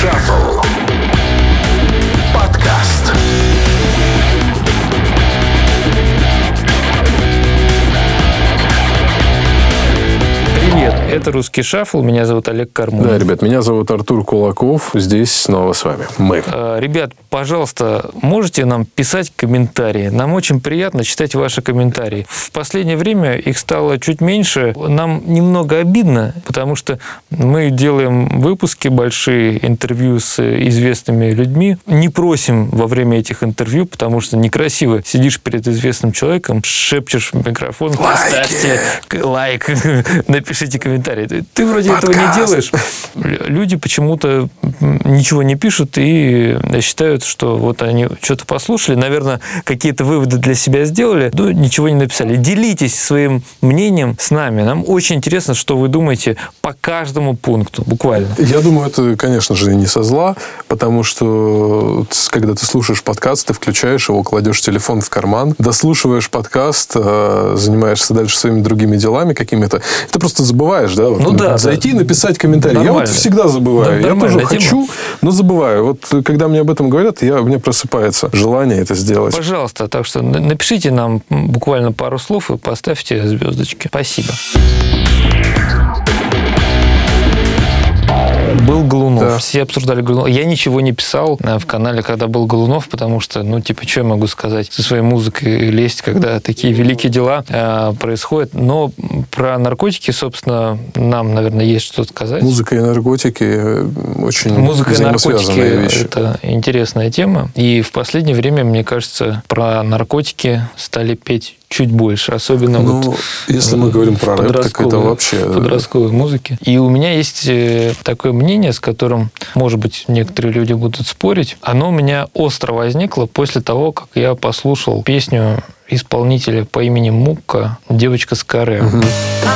Шафл. Подкаст. Привет, это «Русский шафл», меня зовут Олег Кармунов. Да, ребят, меня зовут Артур Кулаков, здесь снова с вами мы. Ребят, пожалуйста, можете нам писать комментарии? Нам очень приятно читать ваши комментарии. В последнее время их стало чуть меньше. Нам немного обидно, потому что мы делаем выпуски большие, интервью с известными людьми. Не просим во время этих интервью, потому что некрасиво сидишь перед известным человеком, шепчешь в микрофон, поставьте лайк, напишите комментарий. Ты вроде этого не делаешь. Люди почему-то ничего не пишут и считают, что вот они что-то послушали, наверное, какие-то выводы для себя сделали, но ничего не написали. Делитесь своим мнением с нами. Нам очень интересно, что вы думаете по каждому пункту, буквально. Я думаю, это, конечно же, не со зла, потому что, когда ты слушаешь подкаст, ты включаешь его, кладешь телефон в карман, дослушиваешь подкаст, занимаешься дальше своими другими делами какими-то. Ты просто забываешь, да? Вот, зайти и написать комментарий. Нормально. Я вот всегда забываю. Я тоже хочу, но забываю. Вот когда мне об этом говорят, у меня просыпается желание это сделать. Пожалуйста, так что напишите нам буквально пару слов и поставьте звездочки. Спасибо. Был Голунов. Да. Все обсуждали Голунова. Я ничего не писал в канале, когда был Голунов, потому что, что я могу сказать, со своей музыкой лезть, когда такие великие дела происходят. Но про наркотики, собственно, нам, наверное, есть что сказать. Музыка и наркотики очень Музыка и наркотики вещи. Это интересная тема. И в последнее время, мне кажется, про наркотики стали петь чуть больше, особенно если мы говорим про рэп, так это вообще подростковой музыки. И у меня есть такое мнение, с которым, может быть, некоторые люди будут спорить. Оно у меня остро возникло после того, как я послушал песню исполнителя по имени Мукка «Девочка с каре». Угу.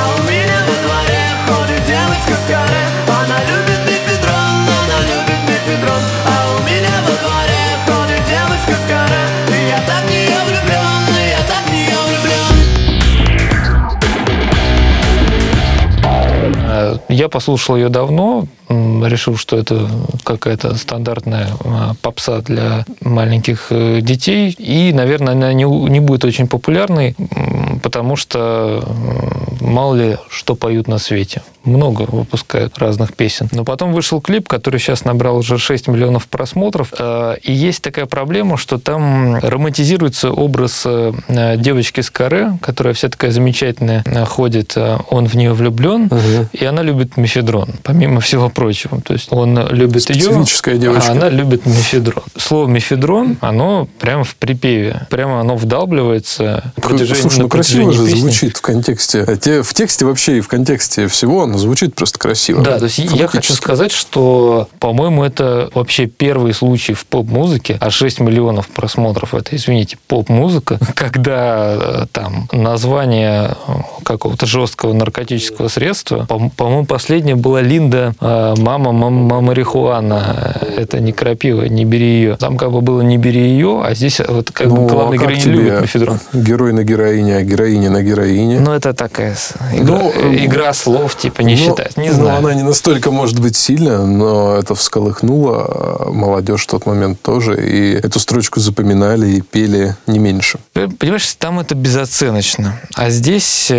Я послушал ее давно, решил, что это какая-то стандартная попса для маленьких детей. И, наверное, она не будет очень популярной, потому что мало ли что поют на свете. Много выпускают разных песен. Но потом вышел клип, который сейчас набрал уже 6 миллионов просмотров. И есть такая проблема, что там романтизируется образ девочки с каре, которая вся такая замечательная, ходит, он в нее влюблен, и она любит мефедрон, помимо всего прочего. То есть он любит ее, девочка. А она любит мефедрон. Слово мефедрон, оно прямо в припеве. Прямо оно вдавливается. Слушай, красиво же звучит в контексте. В тексте вообще и в контексте всего оно звучит просто красиво. Да, то есть я хочу сказать, что, по-моему, это вообще первый случай в поп-музыке, а 6 миллионов просмотров, это, извините, поп-музыка, когда там название какого-то жесткого наркотического средства, по-моему, последняя была Линда «Мама марихуана». Это не крапива, не бери ее. Там как бы было «не бери ее», а здесь вот как бы главная героиня любит мефедрон. Герой на героине, а героиня на героине. Ну, это такая игра слов, типа, не считать. Не знаю. Она не настолько, может быть, сильная, но это всколыхнуло молодежь в тот момент тоже. И эту строчку запоминали и пели не меньше. Понимаешь, там это безоценочно. А здесь...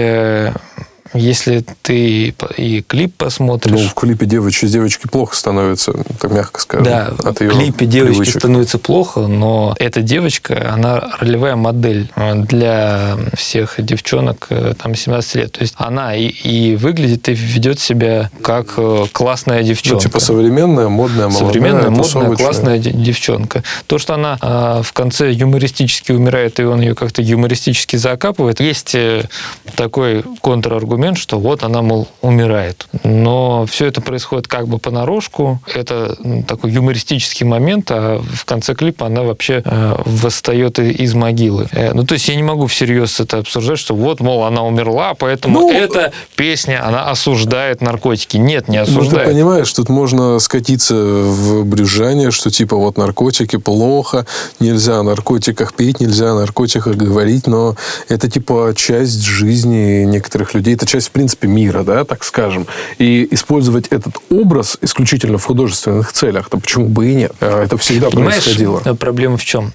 Если ты и клип посмотришь... в клипе девочки плохо становится, так мягко скажем. Да, в клипе девочки становится плохо, но эта девочка, она ролевая модель для всех девчонок там 17 лет. То есть она и выглядит, и ведет себя как классная девчонка. Современная, модная, молодая, современная, модная, классная девчонка. То, что она в конце юмористически умирает, и он ее как-то юмористически закапывает, есть такой контраргумент, что вот она, мол, умирает. Но все это происходит как бы понарошку. Это такой юмористический момент, а в конце клипа она вообще восстает из могилы. То есть я не могу всерьез это обсуждать, что вот, мол, она умерла, поэтому эта песня, она осуждает наркотики. Нет, не осуждает. Ты понимаешь, тут можно скатиться в брюзжание, что типа вот наркотики плохо, нельзя о наркотиках петь, нельзя о наркотиках говорить, но это типа часть жизни некоторых людей, это часть, в принципе, мира, да, так скажем. И использовать этот образ исключительно в художественных целях, то почему бы и нет? Это всегда происходило. Проблема в чем?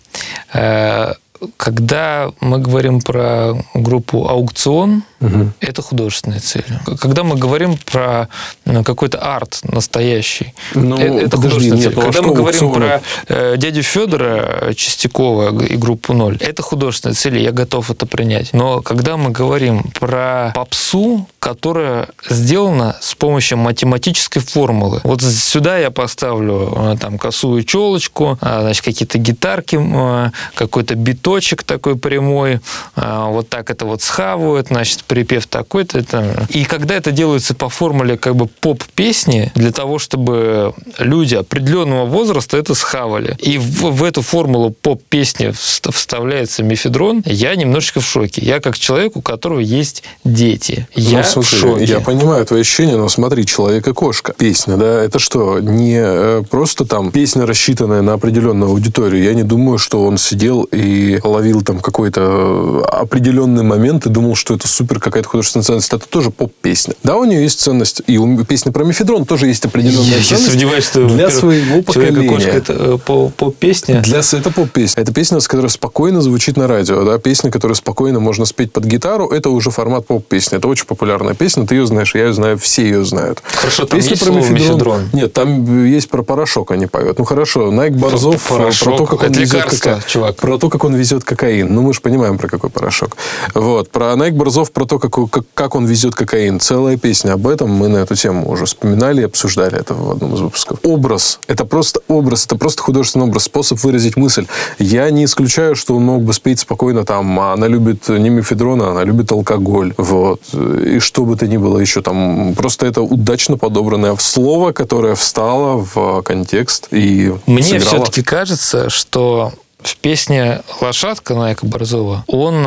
Когда мы говорим про группу «Аукцион», это художественная цель. Когда мы говорим про какой-то арт настоящий, это художественная цель. Когда мы говорим про дядю Федора Чистякова и группу «Ноль», это художественная цель, и я готов это принять. Но когда мы говорим про попсу, которая сделана с помощью математической формулы, вот сюда я поставлю там косую челочку, значит, какие-то гитарки, какой-то биточек такой прямой, вот так это вот схавают, значит, припев такой-то. И когда это делается по формуле как бы поп-песни, для того, чтобы люди определенного возраста это схавали, и в эту формулу поп-песни вставляется мефедрон, я немножечко в шоке. Я как человек, у которого есть дети. Я в шоке. Я понимаю твои ощущения, но смотри, «Человек и кошка». Песня, да, это что, не просто там песня, рассчитанная на определенную аудиторию. Я не думаю, что он сидел и ловил там какой-то определенный момент и думал, что это супер какая-то художественная ценность. Это тоже поп-песня. Да, у нее есть ценность. И у песни про мефедрон тоже есть определенная ценность. Я сомневаюсь, что для своего поколения. «Человек и кошка» — это поп-песня. Это поп-песня. Это песня, которая спокойно звучит на радио. Да? Песня, которую спокойно можно спеть под гитару, это уже формат поп-песни. Это очень популярная песня. Ты ее знаешь, я ее знаю, все ее знают. Хорошо, там есть слово «мефедрон»? Нет, там есть про порошок они поют. Ну хорошо, Найк Борзов про то, как он везет чувак. Про то, как он везет кокаин. Ну мы же понимаем, про какой порошок. Вот. Про Найк Борзов, про то, как он везет кокаин. Целая песня об этом. Мы на эту тему уже вспоминали и обсуждали это в одном из выпусков. Образ. Это просто художественный образ, способ выразить мысль. Я не исключаю, что он мог бы спеть спокойно там, она любит не мефедрон, она любит алкоголь. Вот. И что бы то ни было еще там. Просто это удачно подобранное слово, которое встало в контекст и Мне сыграло. все-таки кажется, что в песне «Лошадка» Найка Борзова он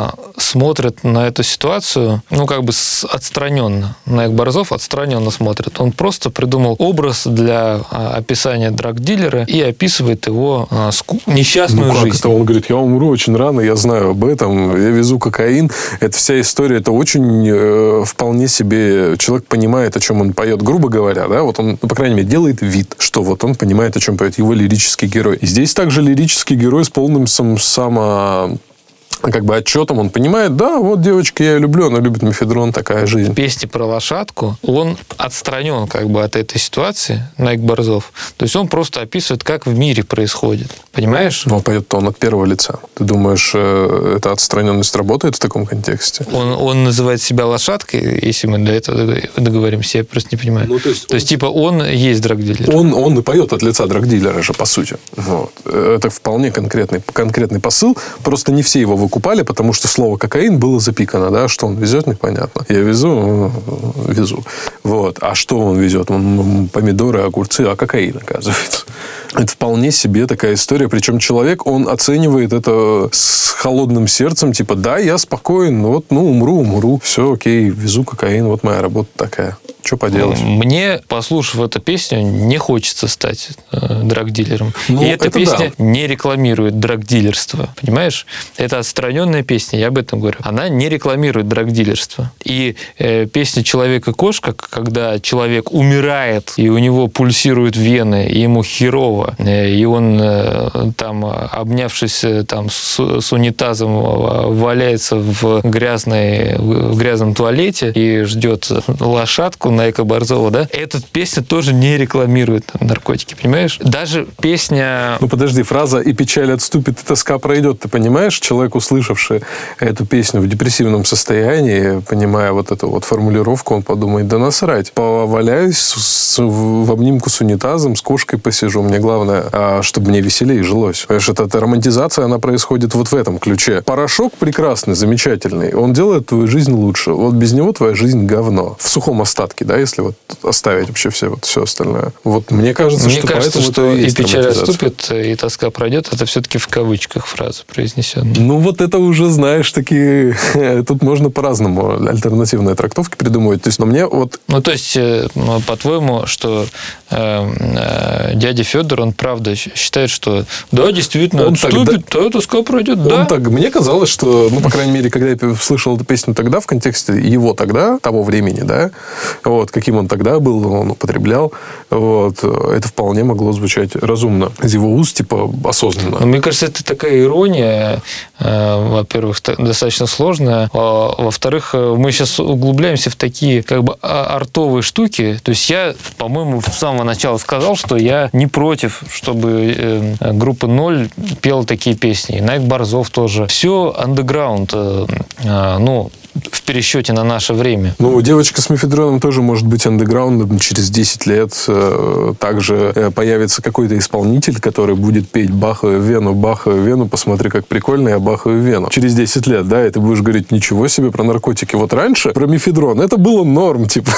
смотрит на эту ситуацию, как бы отстраненно. Найк Борзов отстраненно смотрит. Он просто придумал образ для описания драгдилера и описывает его несчастную жизнь. Это? Он говорит, я умру очень рано, я знаю об этом, я везу кокаин. Это вся история, это очень вполне себе человек понимает, о чем он поет. Грубо говоря, да, вот он, по крайней мере, делает вид, что вот он понимает, о чем поет его лирический герой. И здесь также лирический герой с полным отчетом, он понимает, да, вот девочка, я ее люблю, она любит мефедрон, такая жизнь. В песне про лошадку он отстранен от этой ситуации, Найк Борзов. То есть он просто описывает, как в мире происходит. Понимаешь? Но поет-то он от первого лица. Ты думаешь, эта отстраненность работает в таком контексте? Он называет себя лошадкой, если мы до этого договоримся, я просто не понимаю. То есть он есть драгдилер. Он и поет от лица драгдилера же, по сути. Вот. Это вполне конкретный посыл. Просто не все его выкупали, потому что слово «кокаин» было запикано, да, что он везет, непонятно. Я везу. Вот. А что он везет? Помидоры, огурцы, а кокаин, оказывается. Это вполне себе такая история. Причем человек, он оценивает это с холодным сердцем, типа, да, я спокоен, умру. Все, окей, везу кокаин, вот моя работа такая. Что поделать? Мне, послушав эту песню, не хочется стать драгдилером. И эта песня не рекламирует драгдилерство. Понимаешь? Это отстраненная песня, я об этом говорю. Она не рекламирует драгдилерство. И песня «Человек и кошка», когда человек умирает, и у него пульсируют вены, и ему херово, и он там, обнявшись там с унитазом, валяется в грязном туалете и ждет лошадку Найка Борзова, да? Эта песня тоже не рекламирует наркотики, понимаешь? Даже песня... подожди, фраза «и печаль отступит, и тоска пройдет». Ты понимаешь, человек, услышавший эту песню в депрессивном состоянии, понимая вот эту вот формулировку, он подумает, да насрать. Поваляюсь в обнимку с унитазом, с кошкой посижу. Мне главное, чтобы мне веселее жилось. Понимаешь, эта романтизация, она происходит вот в этом ключе. Порошок прекрасный, замечательный. Он делает твою жизнь лучше. Вот без него твоя жизнь говно. В сухом остатке. наркотики, да, если вот оставить вообще все остальное. Вот мне кажется, Мне кажется, что и и печаль отступит, и тоска пройдет. Это все-таки в кавычках фраза произнесенная. Ну, вот это уже, знаешь, такие... Тут можно по-разному альтернативные трактовки придумывать. То есть, но мне вот... Ну, то есть, по-твоему, что дядя Федор, он правда считает, что да, действительно, он отступит, то тоска пройдет, да? Мне казалось, что, ну, по крайней мере, когда я слышал эту песню тогда, в контексте его тогда, того времени, да, вот, каким он тогда был, он употреблял, вот, это вполне могло звучать разумно. Из его уст, типа, осознанно. Но мне кажется, это такая ирония, во-первых, достаточно сложная, во-вторых, мы сейчас углубляемся в такие, как бы, артовые штуки. То есть я, по-моему, с самого начала сказал, что я не против, чтобы группа «Ноль» пела такие песни. И Найк Борзов тоже. Все андеграунд, ну, в пересчете на наше время. Ну, девочка с мефедроном тоже может быть андеграундом. Через 10 лет также появится какой-то исполнитель, который будет петь «Бахаю вену, посмотри, как прикольно, я бахаю вену». Через 10 лет, да, и ты будешь говорить, ничего себе, про наркотики. Вот раньше про мефедрон это было норм, типа.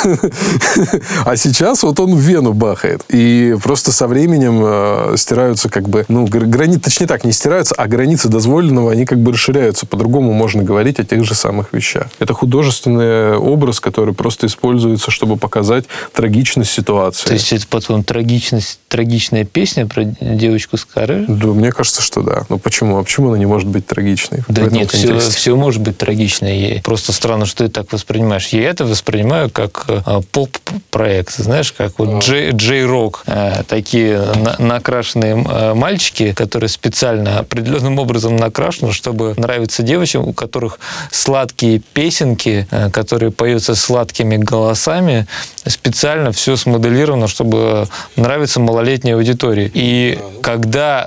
А сейчас вот он вену бахает. И просто со временем стираются как бы, ну, точнее так, не стираются, а границы дозволенного, они как бы расширяются. По-другому можно говорить о тех же самых вещах. Это художественный образ, который просто используется, чтобы показать трагичность ситуации. То есть это потом трагичная песня про девочку с коры? Да, мне кажется, что да. Но почему? А почему она не может быть трагичной? Да нет, все может быть трагичной. Просто странно, что ты так воспринимаешь. Я это воспринимаю как поп-проект. Знаешь, как вот Джей-рок. Такие накрашенные мальчики, которые специально определенным образом накрашены, чтобы нравиться девочкам, у которых сладкие песенки, которые поются сладкими голосами, специально все смоделировано, чтобы нравиться малолетней аудитории. И когда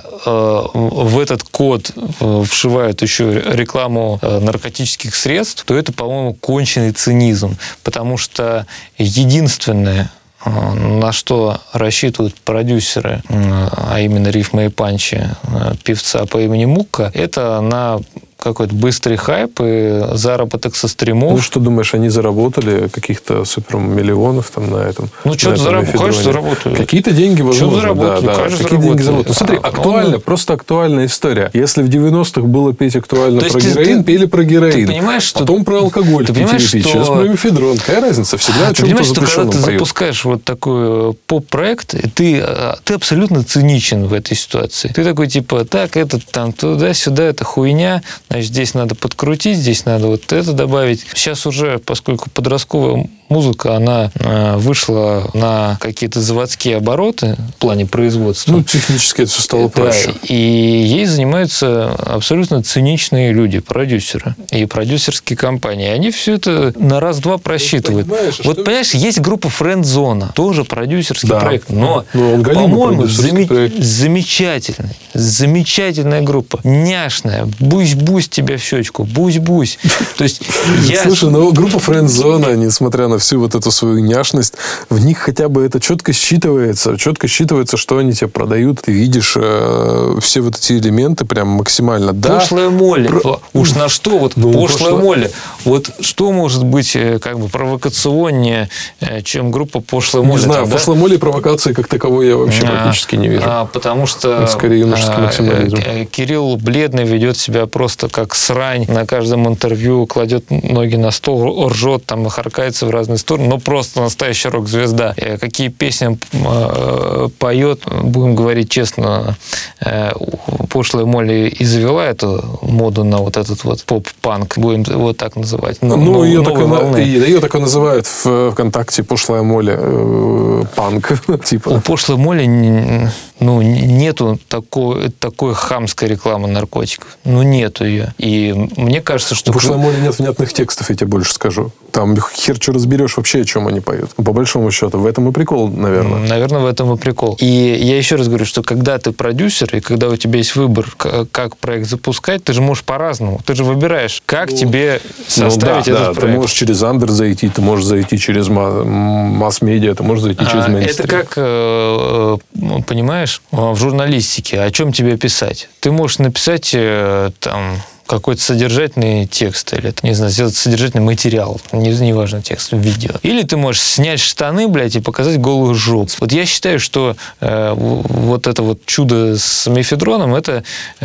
в этот код вшивают еще рекламу наркотических средств, то это, по-моему, конченый цинизм. Потому что единственное, на что рассчитывают продюсеры, а именно рифмы и панчи певца по имени Мукка, это на какой-то быстрый хайп и заработок со стримов. Ну, что думаешь, они заработали каких-то супермиллионов там на этом? Ну, что-то заработали, конечно, заработали. Какие-то деньги, возможно. Что-то заработали, да, конечно, какие деньги заработали. Ну, смотри, актуально, просто актуальная история. Если в 90-х было петь актуально про героин, пели про героин. Ты понимаешь, что... Потом про алкоголь пить. Сейчас про мефедрон. Какая разница? Всегда о чем-то запрещенном поют. Когда ты запускаешь вот такой поп-проект, ты абсолютно циничен в этой ситуации. Ты такой, типа, так, это там туда-сюда, это хуйня, значит, здесь надо подкрутить, здесь надо вот это добавить. Сейчас уже, поскольку подростковая музыка, она вышла на какие-то заводские обороты в плане производства. Ну, технически это все стало проще. И ей занимаются абсолютно циничные люди, продюсеры и продюсерские компании. Они все это на раз-два просчитывают. Понимаешь, есть группа «Френдзона», тоже продюсерский проект, но по-моему, замечательная группа, няшная, бусь-бусь тебя в щечку, бусь-бусь. То есть Слушай, ну группа «Френдзона», несмотря на всю вот эту свою няшность, в них хотя бы это четко считывается, что они тебе продают. Ты видишь все вот эти элементы прям максимально. Пошлая Молли. Уж на что? Вот пошлая Молли. Вот что может быть как бы провокационнее, чем группа «Пошлая Молли»? Не знаю, «Пошлая Молли» провокации как таковой я вообще практически не вижу. Потому что это скорее юношеский максимализм. Кирилл Бледный ведет себя просто как срань. На каждом интервью кладет ноги на стол, ржет там и харкается в разные стороны. Но просто настоящая рок-звезда. Какие песни поет, будем говорить честно, «Пошлая Молли» и завела эту моду на вот этот вот поп-панк. Будем его так называть. Ее так и называют в ВКонтакте «Пошлая Молли» панк. Типа. У «Пошлой Молли» нету такой хамской рекламы наркотиков. Нету ее. И мне кажется, что... У «Пошлой Молли» нет внятных текстов, я тебе больше скажу. Там хер что разберешь вообще, о чем они поют. По большому счету. В этом и прикол, наверное. Наверное, в этом и прикол. И я еще раз говорю, что когда ты продюсер, и когда у тебя есть выбор, как проект запускать, ты же можешь по-разному. Ты же выбираешь, как тебе составить этот проект. Ты можешь через андер зайти, ты можешь зайти через масс-медиа, ты можешь зайти через мейнстрим. Это как, понимаешь, в журналистике, о чем тебе писать. Ты можешь написать там какой-то содержательный текст, или, не знаю, сделать содержательный материал, неважно, текст, видео. Или ты можешь снять штаны, блядь, и показать голую жопу. Вот я считаю, что вот это вот чудо с мефедроном, это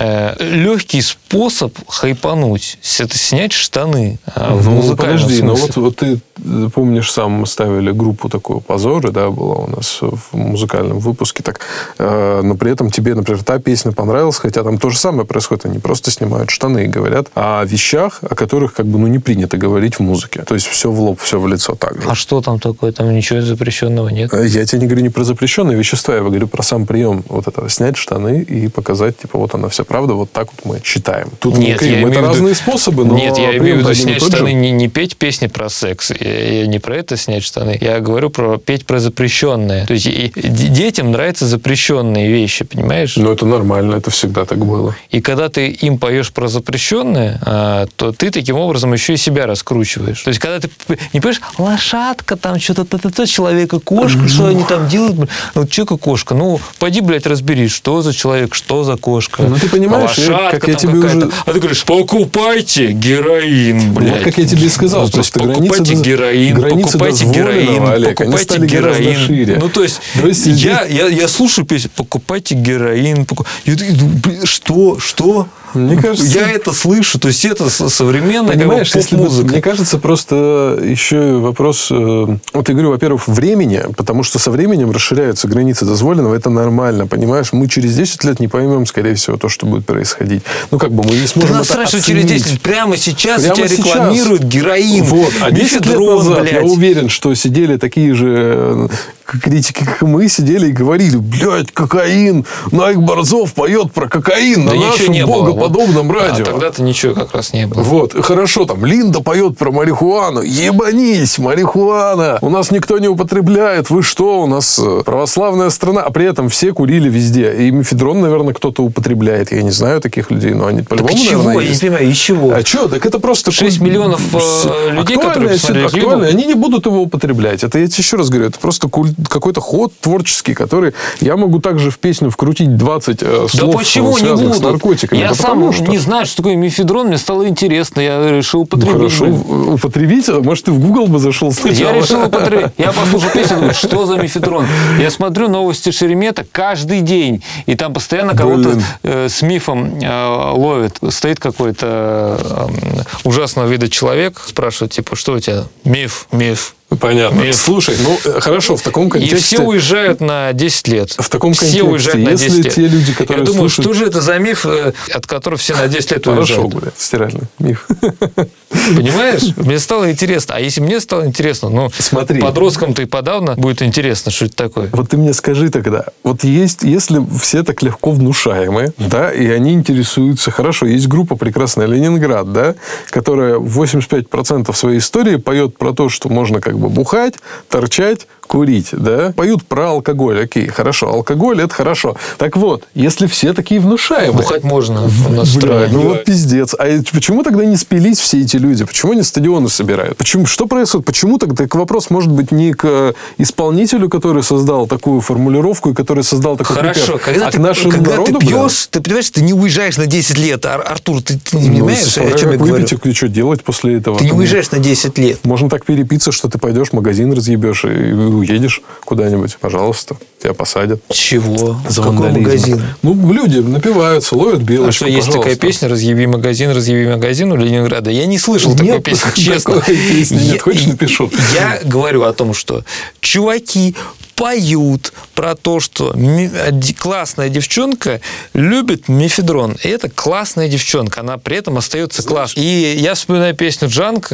легкий способ хайпануть. Это снять штаны в музыкальном подожди, смысле. Вот ты помнишь, сам мы ставили группу такую «Позоры», да, была у нас в музыкальном выпуске, так, но при этом тебе, например, та песня понравилась, хотя там то же самое происходит, они просто снимают штаны и говорят о вещах, о которых как бы не принято говорить в музыке. То есть все в лоб, все в лицо так же. А что там такое? Там ничего запрещенного нет? Я тебе не говорю не про запрещенные вещества, я говорю про сам прием вот этого, снять штаны и показать, типа, вот она вся правда, вот так вот мы считаем. Тут это разные способы, но нет, я имею в виду снять штаны, же. не петь песни про секс, я не про это снять штаны, я говорю про петь про запрещенное. То есть детям нравятся запрещенные вещи, понимаешь? Ну, это нормально, это всегда так было. И когда ты им поешь про запрещенное, то ты таким образом еще и себя раскручиваешь. То есть, когда ты не поешь, лошадка, там что-то, человека-кошка, что они там делают? Ну, человека-кошка, ну, пойди, блядь, разберись, что за человек, что за кошка. Ну, ты понимаешь, лошадка как я тебе какая-то. уже... А ты говоришь, покупайте героин, блядь. Вот как я тебе и сказал, Ну, просто покупайте героин, покупайте героин, Олег, покупайте они стали гораздо героин. шире. Ну, то есть, я слушаю песню, покупайте героин. Я думаю, что? Мне кажется... Я это слышу, то есть это современная поп-музыка. Мне кажется, просто еще вопрос... Вот я говорю, во-первых, времени, потому что со временем расширяются границы дозволенного, это нормально, понимаешь? Мы через 10 лет не поймем, скорее всего, то, что будет происходить. Ну, как бы мы не сможем это оценить. Что через 10 лет, прямо сейчас тебя рекламируют героин. Вот. А 10 лет назад, я уверен, что сидели такие же... критики, как и мы, сидели и говорили, блядь, кокаин, Найк Борзов поет про кокаин на нашем богоподобном радио. А тогда-то ничего как раз не было. Вот, хорошо, там, Линда поет про марихуану. Ебанись, марихуана. У нас никто не употребляет. Вы что, у нас православная страна. А при этом все курили везде. И мефедрон, наверное, кто-то употребляет. Я не знаю таких людей, но они по-любому, наверное, есть. Я не понимаю, из чего? А что? Так это просто... 6 миллионов людей, которые посмотрели клип. Они не будут его употреблять. Это я тебе еще раз говорю, это просто какой-то ход творческий, который я могу также в песню вкрутить 20 слов, почему связанных не буду? с наркотиками. Я сам не знаю, что такое мефедрон, мне стало интересно, я решил употребить. Ну, хорошо, употребить? Может, ты в Google бы зашел сначала? Я решил употребить. Я послушал песню, думаю, что за мефедрон? Я смотрю новости Шеремета каждый день, и там постоянно кого-то с мифом ловят. Стоит какой-то ужасного вида человек, спрашивает, типа, что у тебя? Миф. Понятно. Слушай, хорошо, в таком контексте... И все уезжают на 10 лет. В таком контексте, все уезжают на 10 лет. Те люди, которые я думаю, слушают... что же это за миф, от которого все на 10 лет уезжают? Хорошо, блядь, стиральный миф. Понимаешь? Мне стало интересно. А если мне стало интересно, смотри, подросткам-то и подавно будет интересно, что это такое. Вот ты мне скажи тогда, вот если все так легко внушаемые, да, и они интересуются, хорошо, есть группа прекрасная «Ленинград», да, которая 85% своей истории поет про то, что можно как бы бухать, торчать, курить, да, поют про алкоголь, окей, хорошо, алкоголь – это хорошо. Так вот, если все такие внушаемые... Бухать можно у нас в стране. Ну вот пиздец. А почему тогда не спились все эти люди? Почему они стадионы собирают? Почему? Что происходит? Почему тогда вопрос может быть не к исполнителю, который создал такую формулировку и который создал такой хорошо, припев, а к нашему народу? Когда ты пьешь, ты понимаешь, ты не уезжаешь на 10 лет. Артур, ты не понимаешь, о чем я говорю? Выпить, и что делать после этого? Ты не уезжаешь на 10 лет. Можно так перепиться, что ты пойдешь в магазин, разъебешь и уедешь куда-нибудь. Пожалуйста, тебя посадят. Чего? За какой вандализм. магазин? Ну, люди напиваются, ловят белочку. А что, есть такая песня «Разъеби магазин у Ленинграда»? Я не слышал такой песни, честно. Такой песни нет. Хочешь, напишу? Я говорю о том, что чуваки поют про то, что классная девчонка любит мефедрон. И это классная девчонка. Она при этом остается классной. И я вспоминаю песню «Джанк»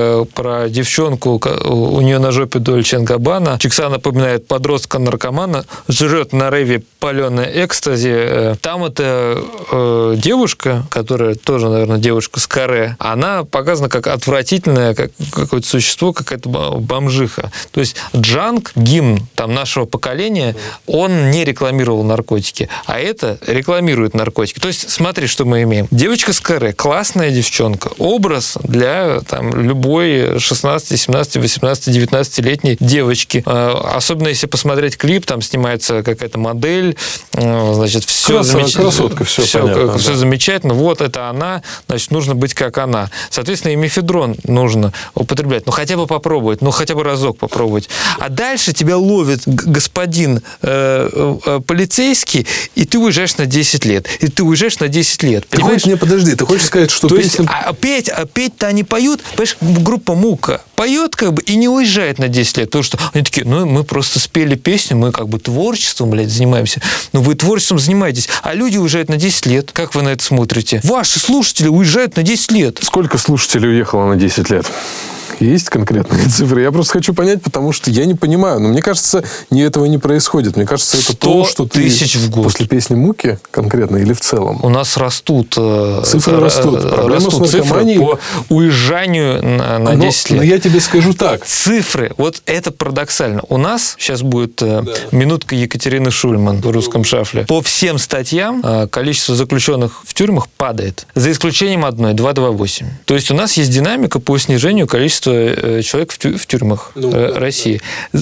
про девчонку, у нее на жопе Дольче & Габбана. Чикса напоминает подростка-наркомана, жрет на рейве паленое экстази. Там эта девушка, которая тоже, наверное, девушка с каре, она показана как отвратительное как какое-то существо, какая-то бомжиха. То есть «Джанк», гимн там нашего поколения, он не рекламировал наркотики, а это рекламирует наркотики. То есть, смотри, что мы имеем. Девочка с каре, классная девчонка, образ для любой 16, 17, 18, 19-летней девочки. Особенно если посмотреть клип, там снимается какая-то модель, значит, все замечательно. Красотка, все понятно. Все замечательно. Вот это она, значит, нужно быть как она. Соответственно, и мефедрон нужно употреблять. Ну, хотя бы попробовать, ну, хотя бы разок попробовать. А дальше тебя ловит господин полицейский, и ты уезжаешь на 10 лет. И ты уезжаешь на 10 лет. Ты хочешь, не, подожди, ты хочешь сказать, что песня... петь-то они поют, понимаешь, группа «Мука» поет как бы и не уезжает на 10 лет. Потому что они такие, ну, мы просто спели песню, мы как бы творчеством, занимаемся. Ну, вы творчеством занимаетесь, а люди уезжают на 10 лет. Как вы на это смотрите? Ваши слушатели уезжают на 10 лет. Сколько слушателей уехало на 10 лет? Есть конкретные цифры? Я просто хочу понять, потому что я не понимаю. Но мне кажется, этого не происходит. Мне кажется, это то, что ты... 100 000 в год. После песни «Муки» конкретно или в целом? У нас растут... Цифры растут. Проблема с наркоманией... Цифры по уезжанию на 10 лет. Но я тебе скажу так. Цифры. Вот это парадоксально. У нас сейчас будет минутка Екатерины Шульман в русском шафле. По всем статьям количество заключенных в тюрьмах падает. За исключением одной – 228. То есть у нас есть динамика по снижению количества человек в тюрьмах России.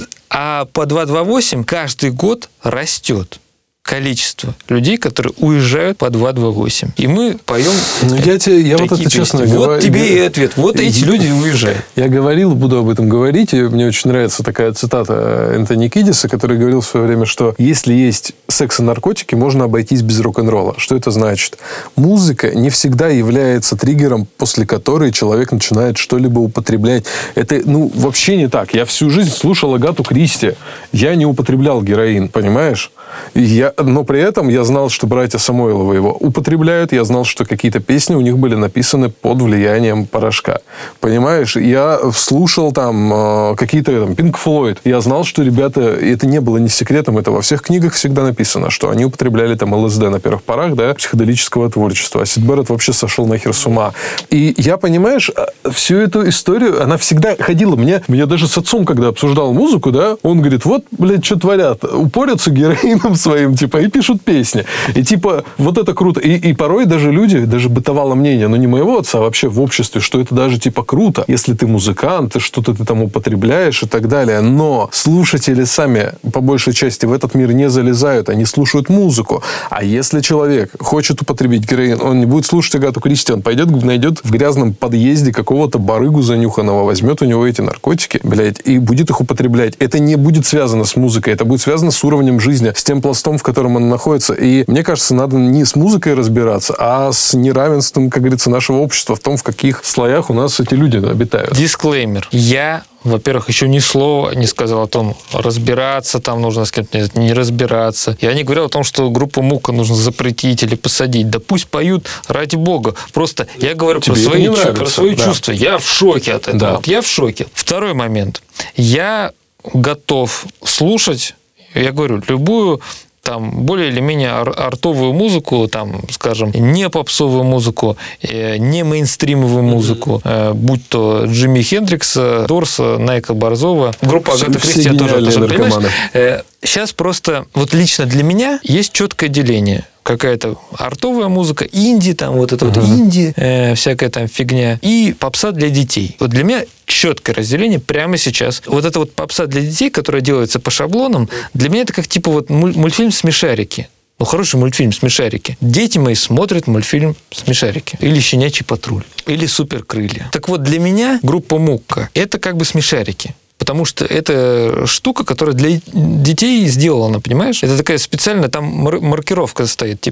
А по 228 каждый год растет количество людей, которые уезжают по 228. И мы поем я вот это честно говорю. Вот тебе и ответ. Вот эти люди уезжают. Я говорил, буду об этом говорить, и мне очень нравится такая цитата Энтони Кидиса, который говорил в свое время, что если есть секс и наркотики, можно обойтись без рок-н-ролла. Что это значит? Музыка не всегда является триггером, после которой человек начинает что-либо употреблять. Это, вообще не так. Я всю жизнь слушал Агату Кристи. Я не употреблял героин, понимаешь? Но при этом я знал, что братья Самойловы его употребляют. Я знал, что какие-то песни у них были написаны под влиянием порошка. Понимаешь? Я слушал там какие-то Pink Floyd. Я знал, что ребята... Это не было ни секретом. Это во всех книгах всегда написано, что они употребляли там ЛСД на первых порах, психоделического творчества. А Сид Барретт вообще сошел нахер с ума. И я, понимаешь, всю эту историю, она всегда ходила. Мне даже с отцом, когда обсуждал музыку, он говорит, вот, блядь, что творят. Упорятся героином своим, и пишут песни. И, вот это круто. И порой даже люди, даже бытовало мнение, не моего отца, а вообще в обществе, что это даже, круто, если ты музыкант, что-то ты там употребляешь и так далее. Но слушатели сами, по большей части, в этот мир не залезают, они слушают музыку. А если человек хочет употребить героин, он не будет слушать Агату Кристи, он пойдет, найдет в грязном подъезде какого-то барыгу занюханного, возьмет у него эти наркотики, блядь, и будет их употреблять. Это не будет связано с музыкой, это будет связано с уровнем жизни, с тем пластом, в котором он находится. И мне кажется, надо не с музыкой разбираться, а с неравенством, как говорится, нашего общества в том, в каких слоях у нас эти люди обитают. Дисклеймер. Я, во-первых, еще ни слова не сказал о том, разбираться там нужно с кем-то, не разбираться. Я не говорил о том, что группу «Мука» нужно запретить или посадить. Да пусть поют, ради бога. Просто я говорю про свои чувства. Я в шоке от этого. Да. Я в шоке. Второй момент. Я готов слушать, я говорю, любую более или менее артовую музыку, скажем, не попсовую музыку, не мейнстримовую музыку, будь то Джимми Хендрикса, Дорса, Найка Борзова, группа Агата Кристи, я тоже, понимаешь? Сейчас просто, лично для меня есть четкое деление. Какая-то артовая музыка, инди, инди, всякая фигня, и попса для детей. Вот для меня четкое разделение прямо сейчас. Вот эта попса для детей, которая делается по шаблонам, для меня это как мультфильм «Смешарики». Хороший мультфильм «Смешарики». Дети мои смотрят мультфильм «Смешарики». Или «Щенячий патруль». Или «Суперкрылья». Так вот, для меня группа «Мука» — это как бы «Смешарики». Потому что это штука, которая для детей сделана, понимаешь? Это такая специальная, там маркировка стоит,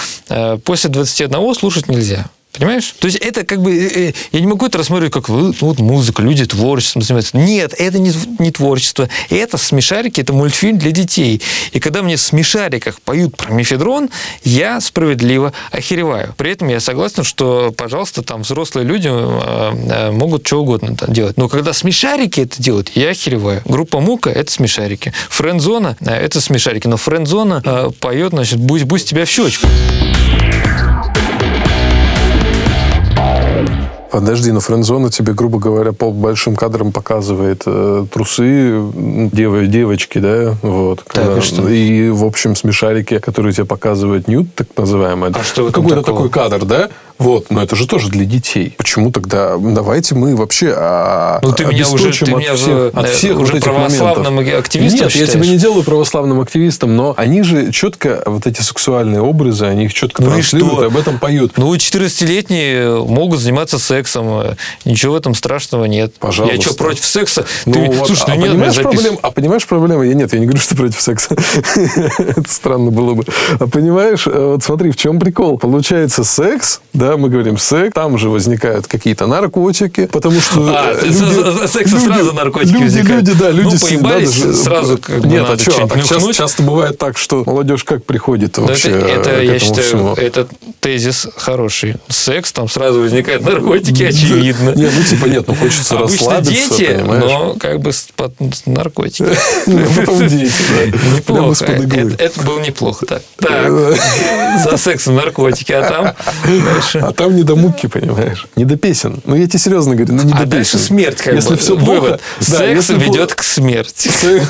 после 21 слушать нельзя. Понимаешь? То есть это как бы... Я не могу это рассматривать как музыка, люди творчеством занимаются. Нет, это не творчество. Это «Смешарики», это мультфильм для детей. И когда мне в «Смешариках» поют про мефедрон, я справедливо охереваю. При этом я согласен, что, пожалуйста, взрослые люди могут что угодно делать. Но когда «Смешарики» это делают, я охереваю. Группа «Мука» — это «Смешарики». «Френдзона» — это «Смешарики». Но «Френдзона» поет, «Бусь тебя в щечку». Подожди, но френдзона тебе, грубо говоря, по большим кадрам показывает трусы девочки, да? Вот. Так, и что? И, в общем, смешарики, которые тебе показывают нюд, так называемый. А что в этом какой-то такого? такой кадр, да? Вот, но это же тоже для детей. Почему тогда? Давайте мы вообще Ты меня уже вот этих православным моментов. активистом Нет, считаешь? я тебя не делаю православным активистом, но они же четко, вот эти сексуальные образы, они их четко Ну и транслируют что? и об этом поют. 14-летние могут заниматься сексом. Ничего в этом страшного нет. Пожалуйста. Я что, против секса? Слушай, понимаешь проблему? Я не говорю, что против секса. Это странно было бы. А понимаешь, вот смотри, в чем прикол? Получается секс, да, мы говорим секс, там же возникают какие-то наркотики, потому что... секса сразу наркотики возникают. Люди поебались, сразу Нет, а что? Часто бывает так, что молодежь как приходит вообще это, я считаю, всему? это тезис хороший. Секс, там сразу возникают наркотики, очевидно. Нет, хочется Обычно расслабиться, дети, понимаешь? но как бы наркотики. Потом дети, да. Прямо Неплохо. из-под иглы. Это было неплохо. Так, за сексом наркотики, а там дальше... А там не до муки, понимаешь? Не до песен. Ну, я тебе серьезно говорю, не до А дальше песен. смерть, как Если бы. все Вывод. плохо... Секс ведет к смерти.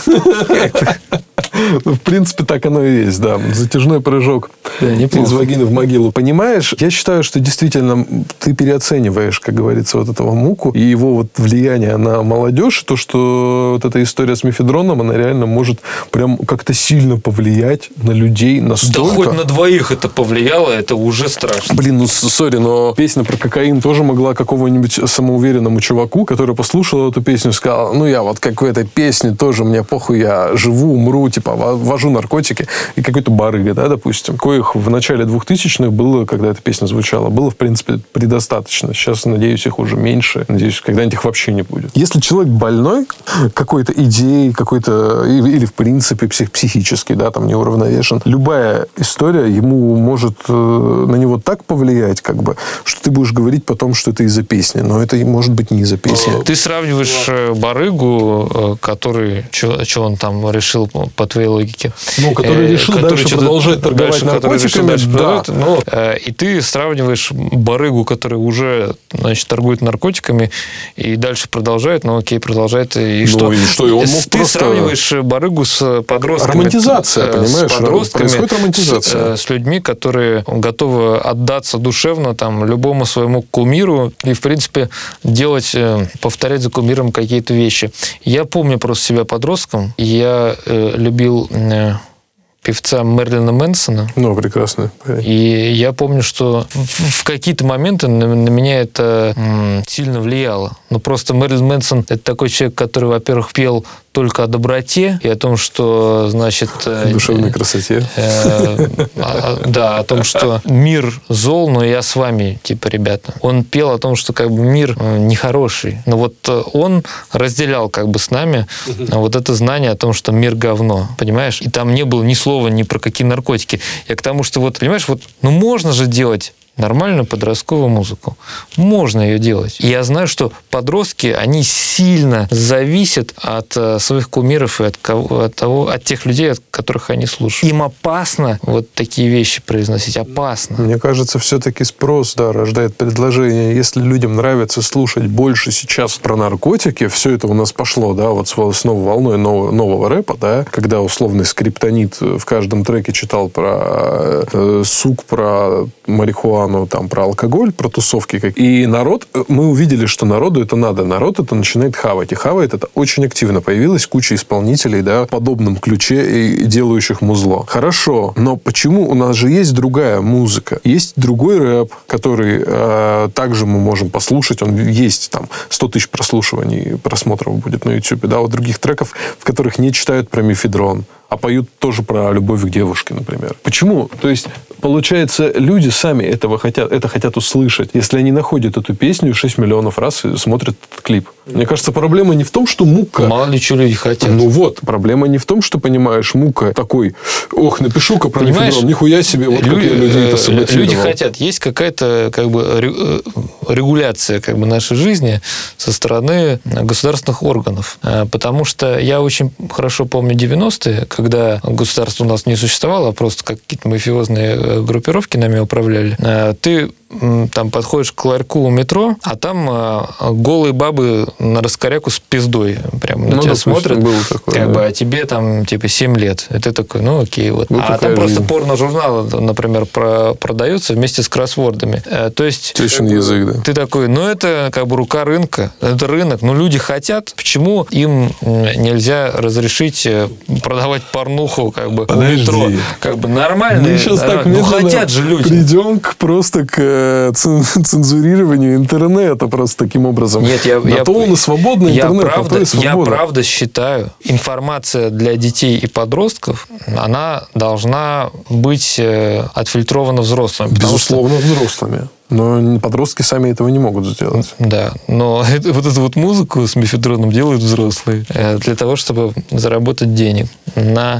В принципе, так оно и есть, да. Затяжной прыжок из вагины в могилу. Понимаешь, я считаю, что действительно ты переоцениваешь, как говорится, вот этого муку и его вот влияние на молодежь. То, что вот эта история с мефедроном, она реально может прям как-то сильно повлиять на людей настолько. Да хоть на двоих это повлияло, это уже страшно. Блин, сори, но песня про кокаин тоже могла какого-нибудь самоуверенному чуваку, который послушал эту песню, сказал, я вот как в этой песне тоже, мне похуй, я живу, умру, типа, вожу наркотики. И какой-то барыга, да, допустим, коих в начале 2000-х было, когда эта песня звучала, было, в принципе, предостаточно. Сейчас, надеюсь, их уже меньше. Надеюсь, когда-нибудь их вообще не будет. Если человек больной какой-то идеей, или в принципе психически, да, там неуравновешен, любая история ему может на него так повлиять, как бы, что ты будешь говорить потом, что это из-за песни. Но это может быть не из-за песни. Ты сравниваешь барыгу, который, что он там решил по твоей логике. Который решил дальше продолжать торговать наркотиками. Да. И ты сравниваешь барыгу, который уже, торгует наркотиками и дальше продолжает, продолжает. И что? И что? И он мог ты сравниваешь барыгу с подростками. Романтизация, понимаешь? С подростками, происходит романтизация. С людьми, которые готовы отдаться душевно любому своему кумиру и, в принципе, повторять за кумиром какие-то вещи. Я помню просто себя подростком. Я любил певца Мерлина Мэнсона. Прекрасно. И я помню, что в какие-то моменты на меня это сильно влияло. Просто Мерлин Мэнсон – это такой человек, который, во-первых, пел только о доброте и о том, что, душевной красоте. Да, о том, что мир зол, но я с вами, ребята. Он пел о том, что мир нехороший. Но он разделял с нами вот это знание о том, что мир говно. Понимаешь? И там не было ни слова ни про какие наркотики. Я к тому, что понимаешь, можно же делать нормальную подростковую музыку. Можно ее делать. И я знаю, что подростки, они сильно зависят от своих кумиров и от тех людей, от которых они слушают. Им опасно такие вещи произносить. Опасно. Мне кажется, все-таки спрос, рождает предложение. Если людям нравится слушать больше сейчас про наркотики, все это у нас пошло, с новой волной нового рэпа, когда условный скриптонит в каждом треке читал про сук, про марихуану, про алкоголь, про тусовки. И мы увидели, что народу это надо. Народ это начинает хавать. И хавает это очень активно. Появилась куча исполнителей, в подобном ключе и делающих музло. Хорошо, но почему у нас же есть другая музыка? Есть другой рэп, который также мы можем послушать. Он есть 100 тысяч прослушиваний, просмотров будет на YouTube. Других треков, в которых не читают про мефедрон, а поют тоже про любовь к девушке, например. Почему? То есть, получается, люди сами это хотят услышать. Если они находят эту песню 6 миллионов раз и смотрят этот клип. Мне кажется, проблема не в том, что мука... Мало ли что люди хотят. Проблема не в том, что, понимаешь, мука такой, напишу-ка про мефедрон, нихуя себе, как я людей это саботировал. Люди хотят. Есть какая-то регуляция нашей жизни со стороны государственных органов. Потому что я очень хорошо помню 90-е, когда государство у нас не существовало, а просто какие-то мафиозные группировки нами управляли, ты там подходишь к ларьку у метро, а там голые бабы на раскоряку с пиздой прям на тебя смотрят, такое, а тебе там типа 7 лет. И ты такой, окей. Вот. А там жизнь. просто порно-журналы, например, продаются вместе с кроссвордами. То есть Тещин язык, да. Ты такой, это как бы рука рынка, это рынок, люди хотят. Почему им нельзя разрешить продавать порнуху как бы у метро? Как бы нормально. Мы сейчас так хотят же люди. Придем просто к цензурированию интернета просто таким образом. Нет, он и свободный интернет, я правда считаю, информация для детей и подростков, она должна быть отфильтрована взрослыми. Безусловно, взрослыми. Но подростки сами этого не могут сделать. Да, но вот эту вот музыку с мефедроном делают взрослые для того, чтобы заработать денег на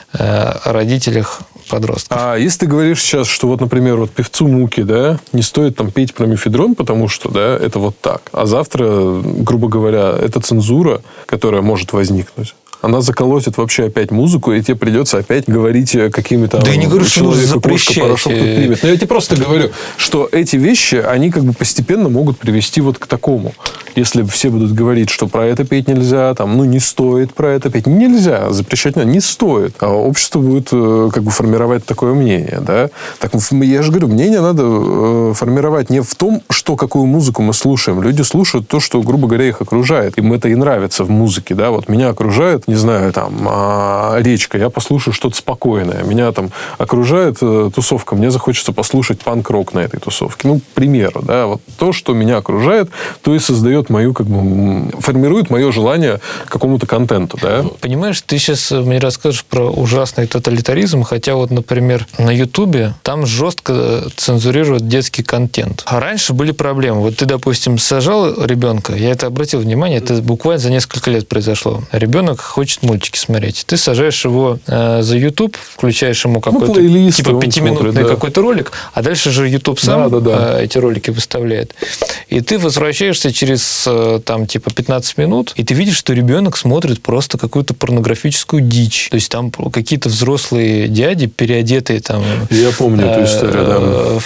родителях подростков. А если ты говоришь сейчас, что вот, например, вот певцу Муки, да, не стоит там петь про мефедрон, потому что, да, это вот так. А завтра, грубо говоря, это цензура, которая может возникнуть. Она заколотит вообще опять музыку, и тебе придется опять говорить какими-то... Да я не говорю, что нужно запрещать. Но я тебе просто говорю, что эти вещи, они как бы постепенно могут привести вот к такому. Если все будут говорить, что про это петь нельзя, там, не стоит про это петь. Нельзя, запрещать не стоит. А общество будет как бы формировать такое мнение, да. Так я же говорю, мнение надо формировать не в том, какую музыку мы слушаем. Люди слушают то, что, грубо говоря, их окружает. Им это и нравится в музыке, да. Вот меня окружает, не знаю, там, речка, я послушаю что-то спокойное. Меня там окружает тусовка, мне захочется послушать панк-рок на этой тусовке. К примеру, да. Вот то, что меня окружает, то и создает мою, как бы, формирует мое желание к какому-то контенту, да. Понимаешь, ты сейчас мне расскажешь про ужасный тоталитаризм, хотя вот, например, на Ютубе там жестко цензурируют детский контент. А раньше были проблемы. Вот ты, допустим, сажал ребенка, я это обратил внимание, это буквально за несколько лет произошло. Ребенок хочет мультики смотреть. Ты сажаешь его за YouTube, включаешь ему какой-то типа 5-минутный какой-то ролик, а дальше же YouTube сам эти ролики выставляет. И ты возвращаешься через там типа 15 минут, и ты видишь, что ребенок смотрит просто какую-то порнографическую дичь. То есть там какие-то взрослые дяди, переодетые там... Я помню эту историю, да.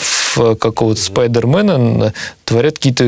В какого-то Спайдермена творят какие-то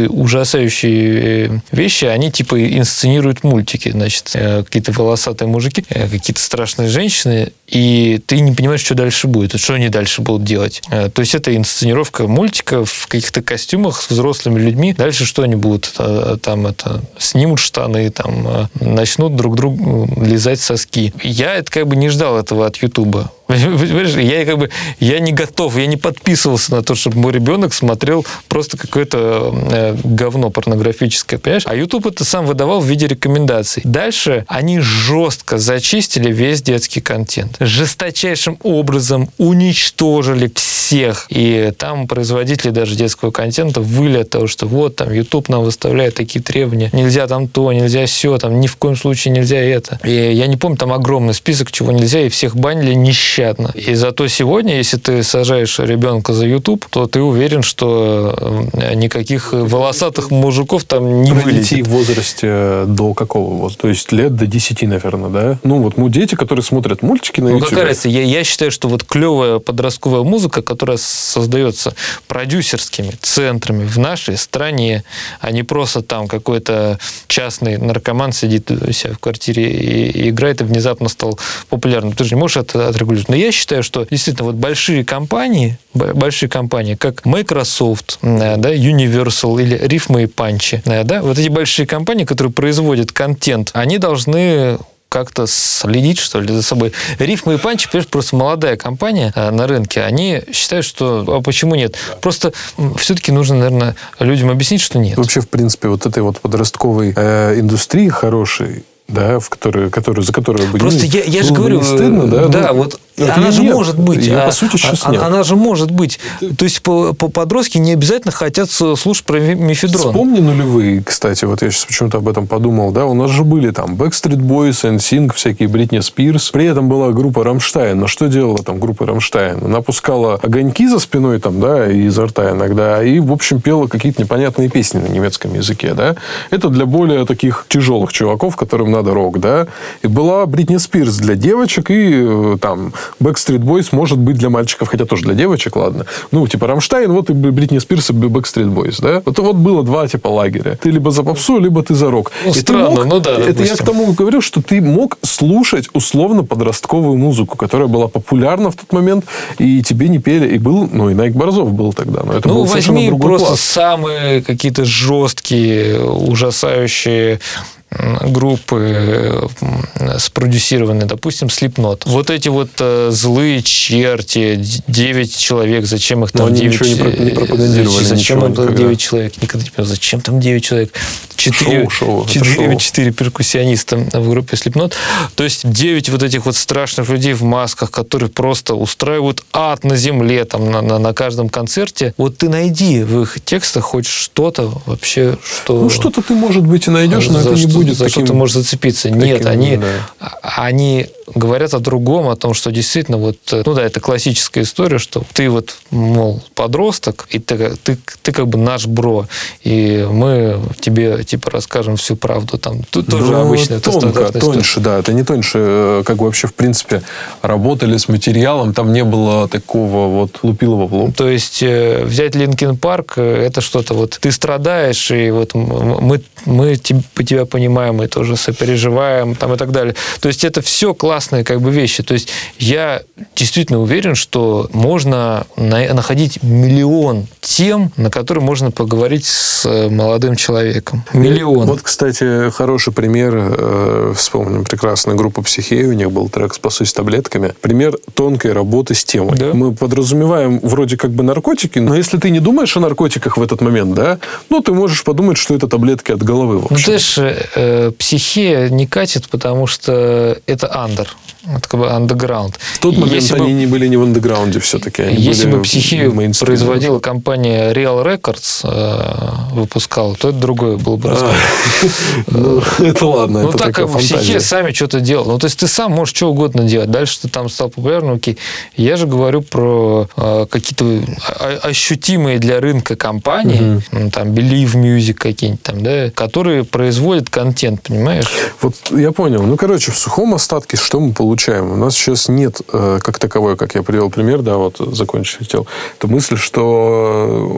ужасающие вещи, они типа инсценируют мультики, значит, какие-то волосатые мужики, какие-то страшные женщины, и ты не понимаешь, что дальше будет, что они дальше будут делать. То есть это инсценировка мультика в каких-то костюмах с взрослыми людьми. Дальше что они будут? Там снимут штаны, там начнут друг другу лизать соски. Я это как бы не ждал этого от Ютуба. Понимаешь, я не готов, я не подписывался на то, чтобы мой ребенок смотрел просто какое-то говно порнографическое, понимаешь? А YouTube это сам выдавал в виде рекомендаций. Дальше они жестко зачистили весь детский контент. Жесточайшим образом уничтожили всех. И там производители даже детского контента выли от того, что вот там YouTube нам выставляет такие требования. Нельзя там то, нельзя сё, там ни в коем случае нельзя это. И я не помню, там огромный список, чего нельзя, и всех банили нещадно. И зато сегодня, если ты сажаешь ребенка за YouTube, то ты уверен, что никаких волосатых мужиков там не вылезет. Детей в возрасте до какого возраста? То есть лет до 10, наверное, да? Вот дети, которые смотрят мультики на YouTube. Какая разница? Я считаю, что вот клевая подростковая музыка, которая создается продюсерскими центрами в нашей стране, а не просто там какой-то частный наркоман сидит у себя в квартире и играет, и внезапно стал популярным. Ты же не можешь это отрегулировать. Но я считаю, что действительно вот большие компании, как Microsoft, да, Universal или Рифмы и Панчи, да, вот эти большие компании, которые производят контент, они должны как-то следить, что ли, за собой. Рифмы и Панчи, понимаешь, просто молодая компания на рынке, они считают, что... А почему нет? Просто все-таки нужно, наверное, людям объяснить, что нет. Вообще, в принципе, вот этой вот подростковой индустрии хорошей, да, за которую бы просто я же говорю, не стыдно, да? Вот Она же нет. может быть. Ее, по сути, сейчас нет. Она же может быть. То есть подростки не обязательно хотят слушать про мефедрон. Вспомни нулевые, кстати, вот я сейчас почему-то об этом подумал, да, у нас же были там Backstreet Boys, NSYNC, всякие Бритни Спирс. При этом была группа Рамштайн. Но что делала там группа Рамштайн? Она пускала огоньки за спиной там, да, и изо рта иногда, и, в общем, пела какие-то непонятные песни на немецком языке, да. Это для более таких тяжелых чуваков, которым надо рок, да. И была Бритни Спирс для девочек, и там Backstreet Boys может быть для мальчиков, хотя тоже для девочек, ладно. Ну, типа Рамштайн, вот и Бритни Спирс и Backstreet Boys, да. Вот было два типа лагеря. Ты либо за попсу, либо ты за рок. Ну, и странно, мог, ну да. Это допустим. я к тому говорю, что ты мог слушать условно подростковую музыку, которая была популярна в тот момент, и тебе не пели. И был, ну, и Найк Борзов был тогда. Но это был совершенно возьми другой просто класс. самые какие-то жесткие, ужасающие группы спродюсированные, допустим, Slipknot. Вот эти вот злые черти, 9 человек, зачем их там 9 человек? Не пропагандировали. Зачем им никогда. 9 человек? Никогда не понял, зачем там 9 человек? 4 Шоу. 4 перкуссиониста в группе Slipknot. То есть 9 вот этих вот страшных людей в масках, которые просто устраивают ад на земле там, на каждом концерте. Вот ты найди в их текстах хоть что-то вообще, что... Ну, что-то ты, может быть, и найдешь, но это не будет за таким... что ты можешь зацепиться. Нет, они говорят о другом, о том, что действительно вот, ну да, это классическая история, что ты вот, мол, подросток, и ты как бы наш бро, и мы тебе типа расскажем всю правду. Там тут тоже обычно это стандартная история. Тоньше, да. Это не тоньше, как вообще, в принципе, работали с материалом, там не было такого вот лупилова в лоб. То есть взять Линкин Парк, это что-то вот ты страдаешь, и вот мы тебя понимаем, мы тоже сопереживаем там, и так далее. То есть это все классные как бы вещи. То есть я действительно уверен, что можно находить миллион тем, на которые можно поговорить с молодым человеком. Миллион. Вот, кстати, хороший пример. Вспомним прекрасную группу «Психея». У них был трек «Спасусь таблетками». Пример тонкой работы с темой. Да. Мы подразумеваем вроде как бы наркотики, но если ты не думаешь о наркотиках в этот момент, да, ну, ты можешь подумать, что это таблетки от головы. В общем. Ну, знаешь, «Психея» не катит, потому что это андер. Это как бы андеграунд. В тот момент они не были не в андеграунде все-таки. Если бы «Психею» производила компания Real Records, выпускала, то это другое было бы разговор. Это ладно, Ну, это так такая как бы «Психея» фантазия. сами что-то делал. Ну, то есть ты сам можешь что угодно делать. Дальше ты там стал популярным, окей. Я же говорю про какие-то ощутимые для рынка компании, там, Believe Music какие-нибудь там, да, которые производят контент, понимаешь? Вот я понял. Ну, короче, в сухом остатке что мы получаем? У нас сейчас нет как таковой, как я привел пример, да, вот закончить хотел, это мысль, что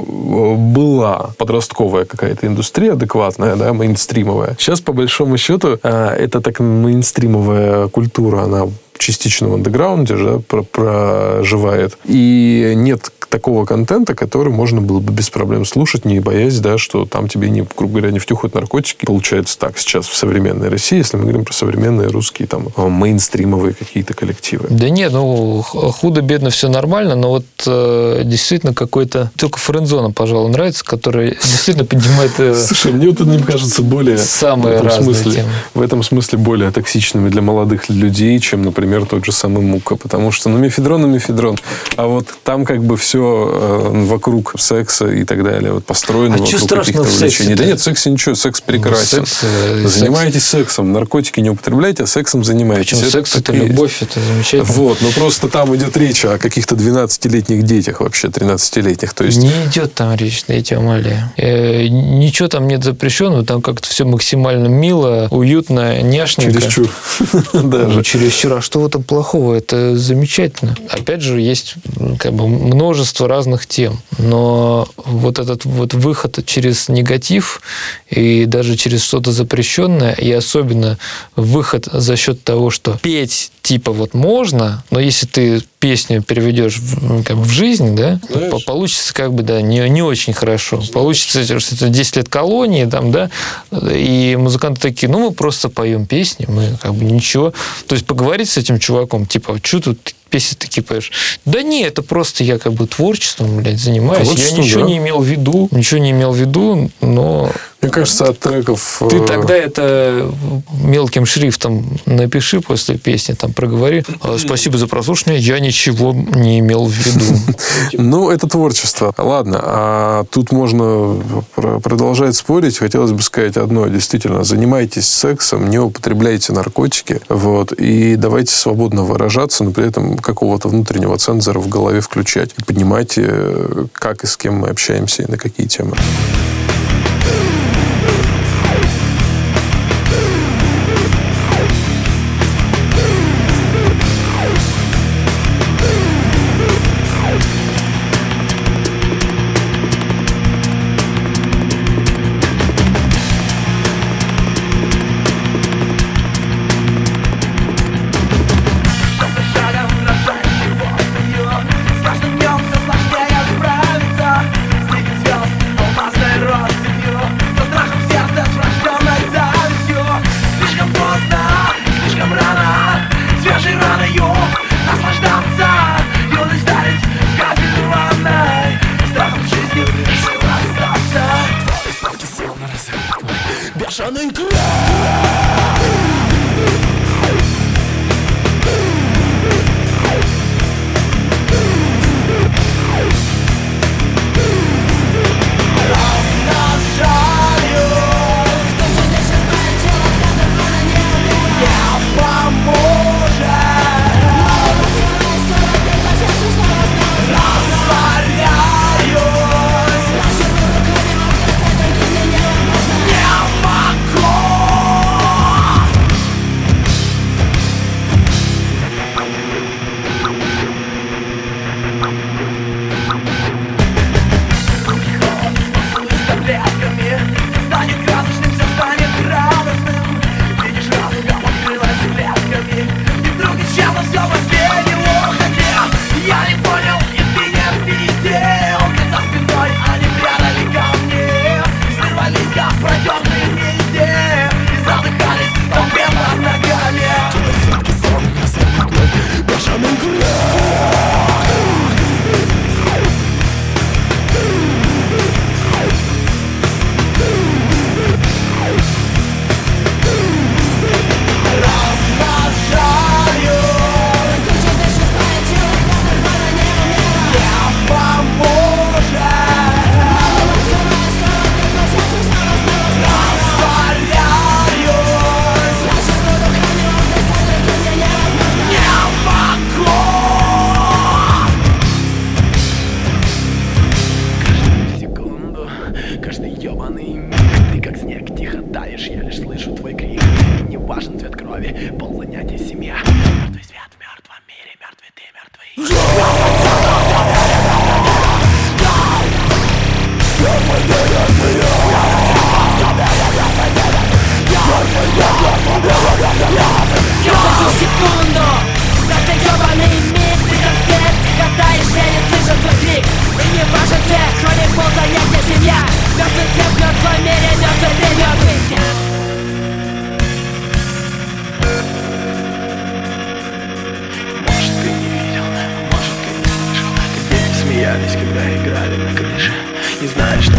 была подростковая какая-то индустрия адекватная, да, мейнстримовая. Сейчас, по большому счету, это так мейнстримовая культура, она частично в андеграунде же проживает. И нет такого контента, который можно было бы без проблем слушать, не боясь, да, что там тебе, не, грубо говоря, не втюхают наркотики. Получается так сейчас в современной России, если мы говорим про современные русские там мейнстримовые какие-то коллективы. Да нет, ну, худо-бедно все нормально, но вот действительно какой-то... Только френдзона, пожалуй, нравится, который действительно поднимает... Слушай, мне вот это, мне кажется, более... Самые разные темы. В этом смысле более токсичными для молодых людей, чем, например, тот же самый Мука. Потому что, ну, мефедрон и мефедрон. А вот там как бы все вокруг секса и так далее вот построено вокруг каких-то увлечений. Да нет, в сексе ничего, секс прекрасен. Занимайтесь сексом. Наркотики не употребляйте, а сексом занимайтесь. Причем секс – это любовь, это замечательно. Вот, но просто там идет речь о каких-то 12-летних детях вообще, 13-летних. То есть... Не идет там речь, я тебя умоляю. Ничего там нет запрещенного, там как-то все максимально мило, уютно, няшненько. Чересчур. Даже. Чересчур. А что в этом плохого? Это замечательно. Опять же, есть как бы множество разных тем. Но вот этот вот выход через негатив и даже через что-то запрещенное, и особенно выход за счет того, что петь типа вот можно, но если ты песню переведешь как бы в жизнь, да, получится как бы, да, не очень хорошо. Получится, что это 10 лет колонии, там, да, и музыканты такие, ну, мы просто поем песни, мы как бы ничего. То есть поговорить с этим чуваком, типа, что тут песни такие поешь? Да не, это просто я как бы творчеством, блядь, занимаюсь. Я ничего не имел в виду, но... Мне кажется, от треков... Ты тогда это мелким шрифтом напиши после песни, там проговори. Спасибо за прослушивание, я ничего не имел в виду. Ну, это творчество. Ладно, а тут можно продолжать спорить. Хотелось бы сказать одно. Действительно, занимайтесь сексом, не употребляйте наркотики, вот, и давайте свободно выражаться, но при этом какого-то внутреннего цензора в голове включать. И понимайте, как и с кем мы общаемся и на какие темы. Когда играли на крыше, не знаешь,